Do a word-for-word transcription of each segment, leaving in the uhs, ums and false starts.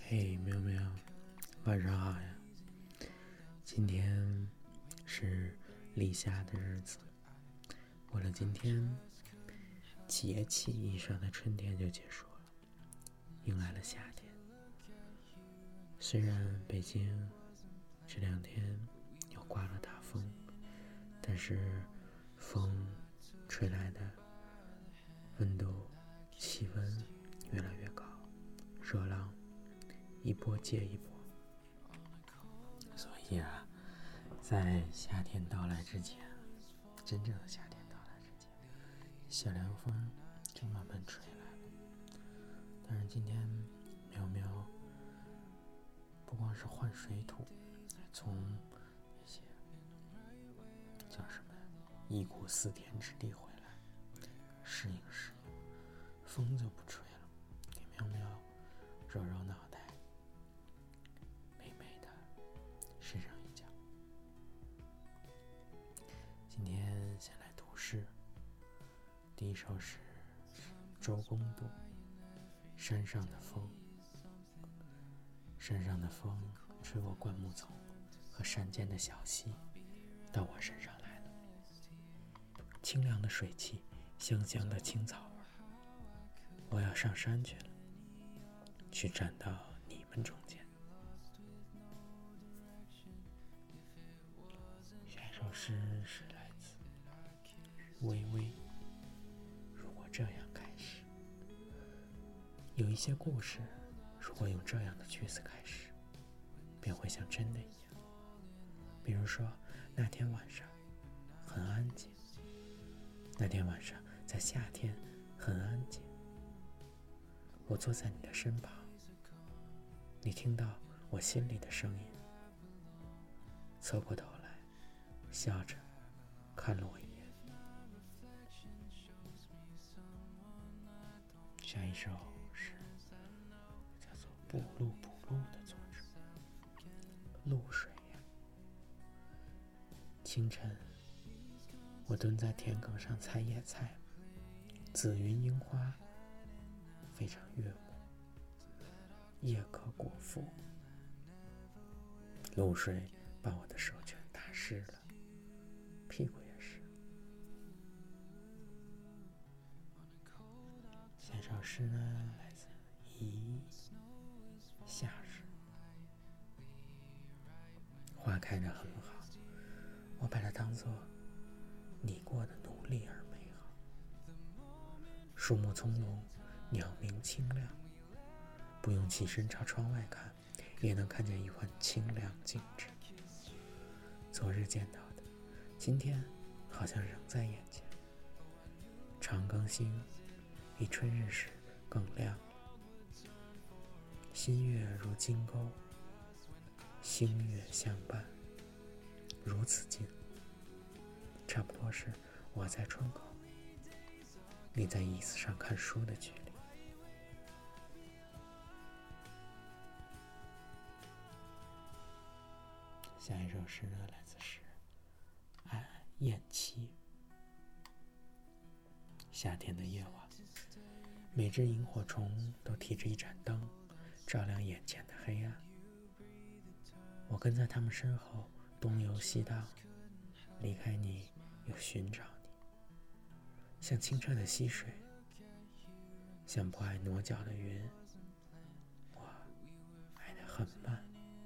嘿，喵喵，晚上好呀！今天是立夏的日子，过了今天，节气意义上的春天就结束了，迎来了夏天。虽然北京这两天又刮了大风，但是风吹来的温度、气温越来越高，热浪一波接一波。所以啊，在夏天到来之前，真正的夏天到来之前，小凉风就慢慢吹来了。但是今天喵喵不光是换水土，从那些叫什么忆苦思甜之地回来，适应适应，风就不吹了，给喵喵揉揉脑袋，美美的睡上一觉。今天先来读诗，第一首诗周公度《山上的风》。山上的风吹过灌木丛和山间的小溪，到我身上来了。清凉的水汽，香香的青草味。我要上山去了，去站到你们中间。下一首诗是来自于微微。如果这样开始，有一些故事，如果用这样的句子开始，便会像真的一样。比如说，那天晚上很安静，那天晚上在夏天很安静。我坐在你的身旁，你听到我心里的声音，侧过头来，笑着看了我一眼。下一首是叫做《补录补录》的作者露水呀。清晨，我蹲在田埂上采野菜，紫云樱花非常悦目，叶可果腹。露水把我的手全打湿了，屁股也是。下首诗呢，来自一夏日。花开得很好，我把它当作你过的努力而美好。树木葱茏，鸟鸣清亮，不用起身朝窗外看，也能看见一环清亮静止。昨日见到的，今天好像仍在眼前。长庚星比春日时更亮了，新月如金钩，星月相伴，如此近，差不多是我在窗口，你在椅子上看书的距离。下一首诗呢，来自是安雁栖。夏天的夜晚，每只萤火虫都提着一盏灯，照亮眼前的黑暗。我跟在他们身后东游西荡，离开你又寻找你，像清澈的溪水，像不爱挪脚的云。我爱得很慢。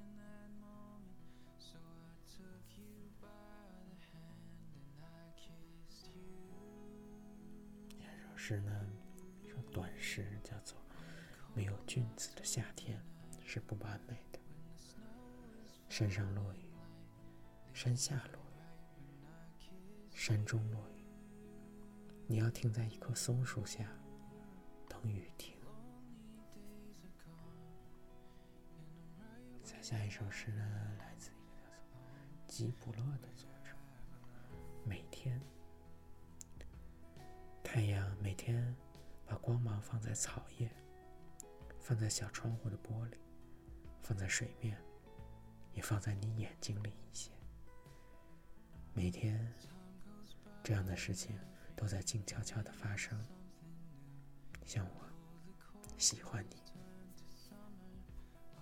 下首诗呢，一首短诗，叫做没有君子的夏天是不完美的。山上落雨，山下落雨，山中落雨。你要停在一棵松树下，等雨停。再下一首诗呢，来自一个叫做吉卜勒的作者。每天，太阳每天把光芒放在草叶，放在小窗户的玻璃，放在水面，也放在你眼睛里一些。每天，这样的事情都在静悄悄地发生。像我喜欢你。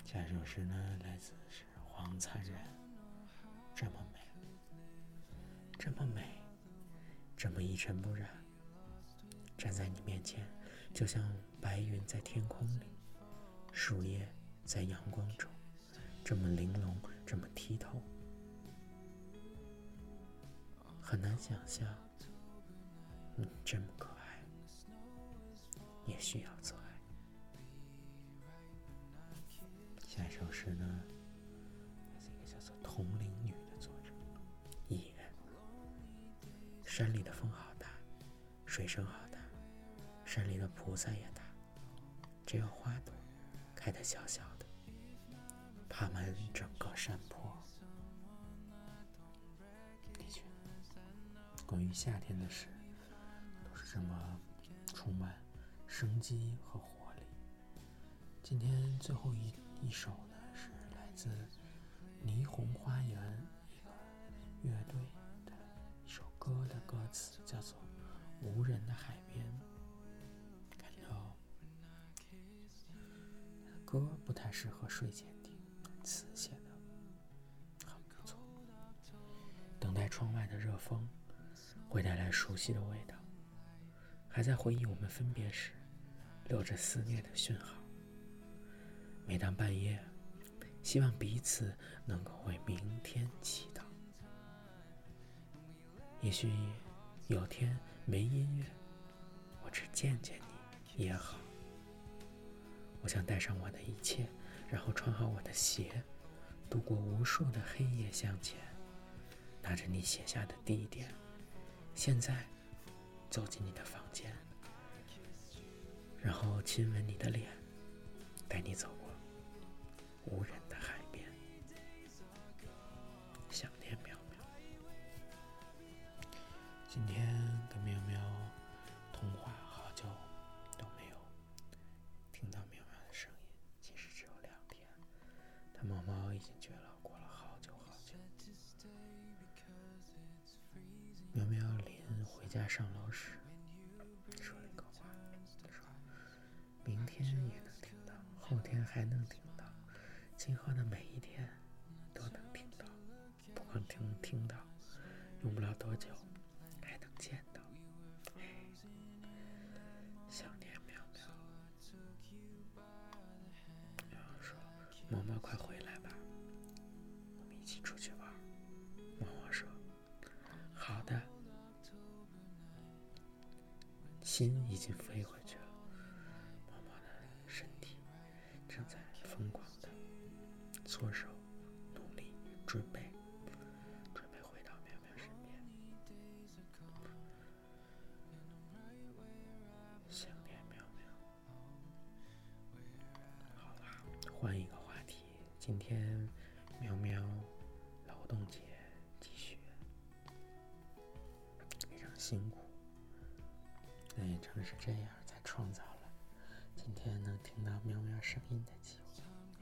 下一首诗呢，来自是黄灿然。这么美，这么美，这么一尘不染，站在你面前，就像白云在天空里，树叶在阳光中，这么玲珑，这么剔透，很难想象你这么可爱，也需要做爱。下一首诗呢，是一个叫做《铜铃女》的作者艺人。山里的风好大，水声好大，山里的菩萨也大，只有花朵开得小小的，爬满整个山坡。的确，关于夏天的事，都是这么充满生机和活力。今天最后一一首呢，是来自霓虹花园一个乐队的一首歌的歌词，叫做《无人的海边》。感到歌不太适合睡前听，词写的很不错。等待窗外的热风会带来熟悉的味道，还在回忆我们分别时留着思念的讯号。每当半夜，希望彼此能够为明天祈祷。也许有天没音乐，我只见见你也好。我想带上我的一切，然后穿好我的鞋，度过无数的黑夜向前，拿着你写下的地点，现在走进你的房间，然后亲吻你的脸，带你走过无人的海边。想念喵喵。今天跟喵喵通话好久都没有听到喵喵的声音，其实只有两天。但猫猫已经绝了，过了好久好久。喵喵临回家上楼时说了一个话，他说明天也能听到，后天还能听到，今后的每一天都能听到，不光听听到，用不了多久还能见到。想念喵喵。喵喵说猫猫快回来吧，我们一起出去玩。猫猫说好的。心已经飞回去了，猫猫的身体正在疯狂的搓手努力准备准备回到喵喵身边。想念喵喵。好啦，换一个话题，今天喵喵劳动节继续非常辛苦，但也正是这样才创造了今天能听到喵喵声音的机会。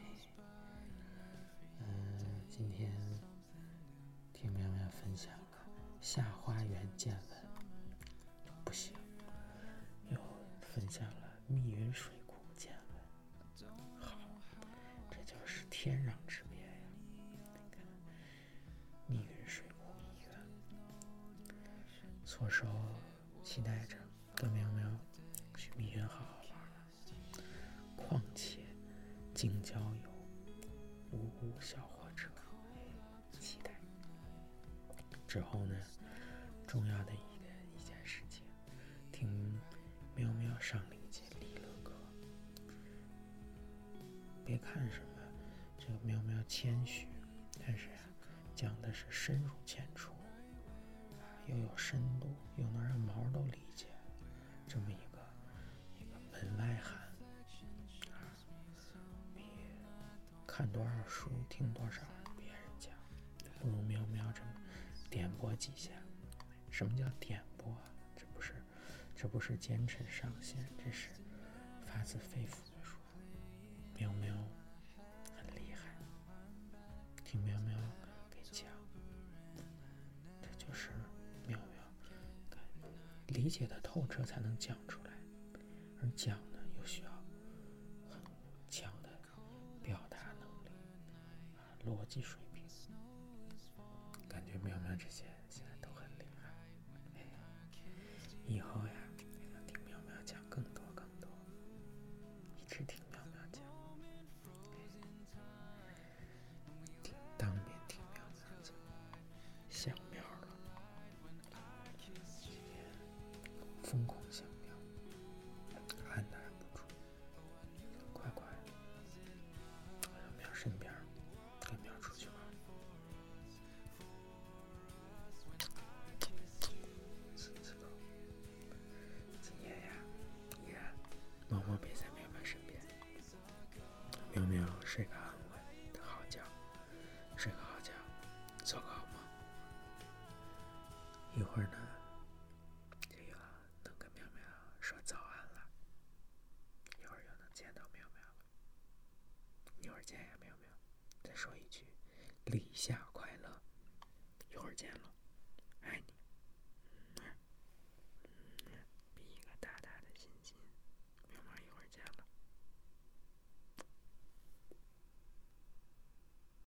嗯，今天听喵喵分享了下花园见闻，不行，又分享了密云水库见闻。好，这就是天壤之别呀！你看，密云水库医院，搓手期待着跟喵喵去密云好好玩玩。况且京郊有五五小火车，期待。之后呢，重要的一个一件事情，听喵喵上了一节理论课。别看什么这个喵喵谦虚，但是呀、啊，讲的是深入浅出，又有深度，又能让毛都理解，这么一个一个门外汉啊，比看多少书听多少别人讲，不如喵喵这么点拨几下。什么叫点拨啊？这不是这不是奸臣上线，这是发自肺腑的说。喵喵很厉害，听喵喵给讲，这就是喵喵理解的透彻才能讲出来，而讲呢又需要很强的表达能逻辑水平，感觉苗苗这些现在都很厉害。哎呀，以后呀，要听苗苗讲更多更多，一直听苗苗讲，听当面听苗苗讲，想苗了，疯狂想苗，按捺不住，快快，到苗身边，跟苗出去玩。今夜呀，依然猫猫陪在苗苗身边，苗苗睡个安稳的好觉，睡个好觉，做个好梦。一会儿呢，这个能跟苗苗说早安了，一会儿又能见到苗苗了。一会儿见呀，苗苗，再说一句，立夏快乐。一会儿见了，爱你。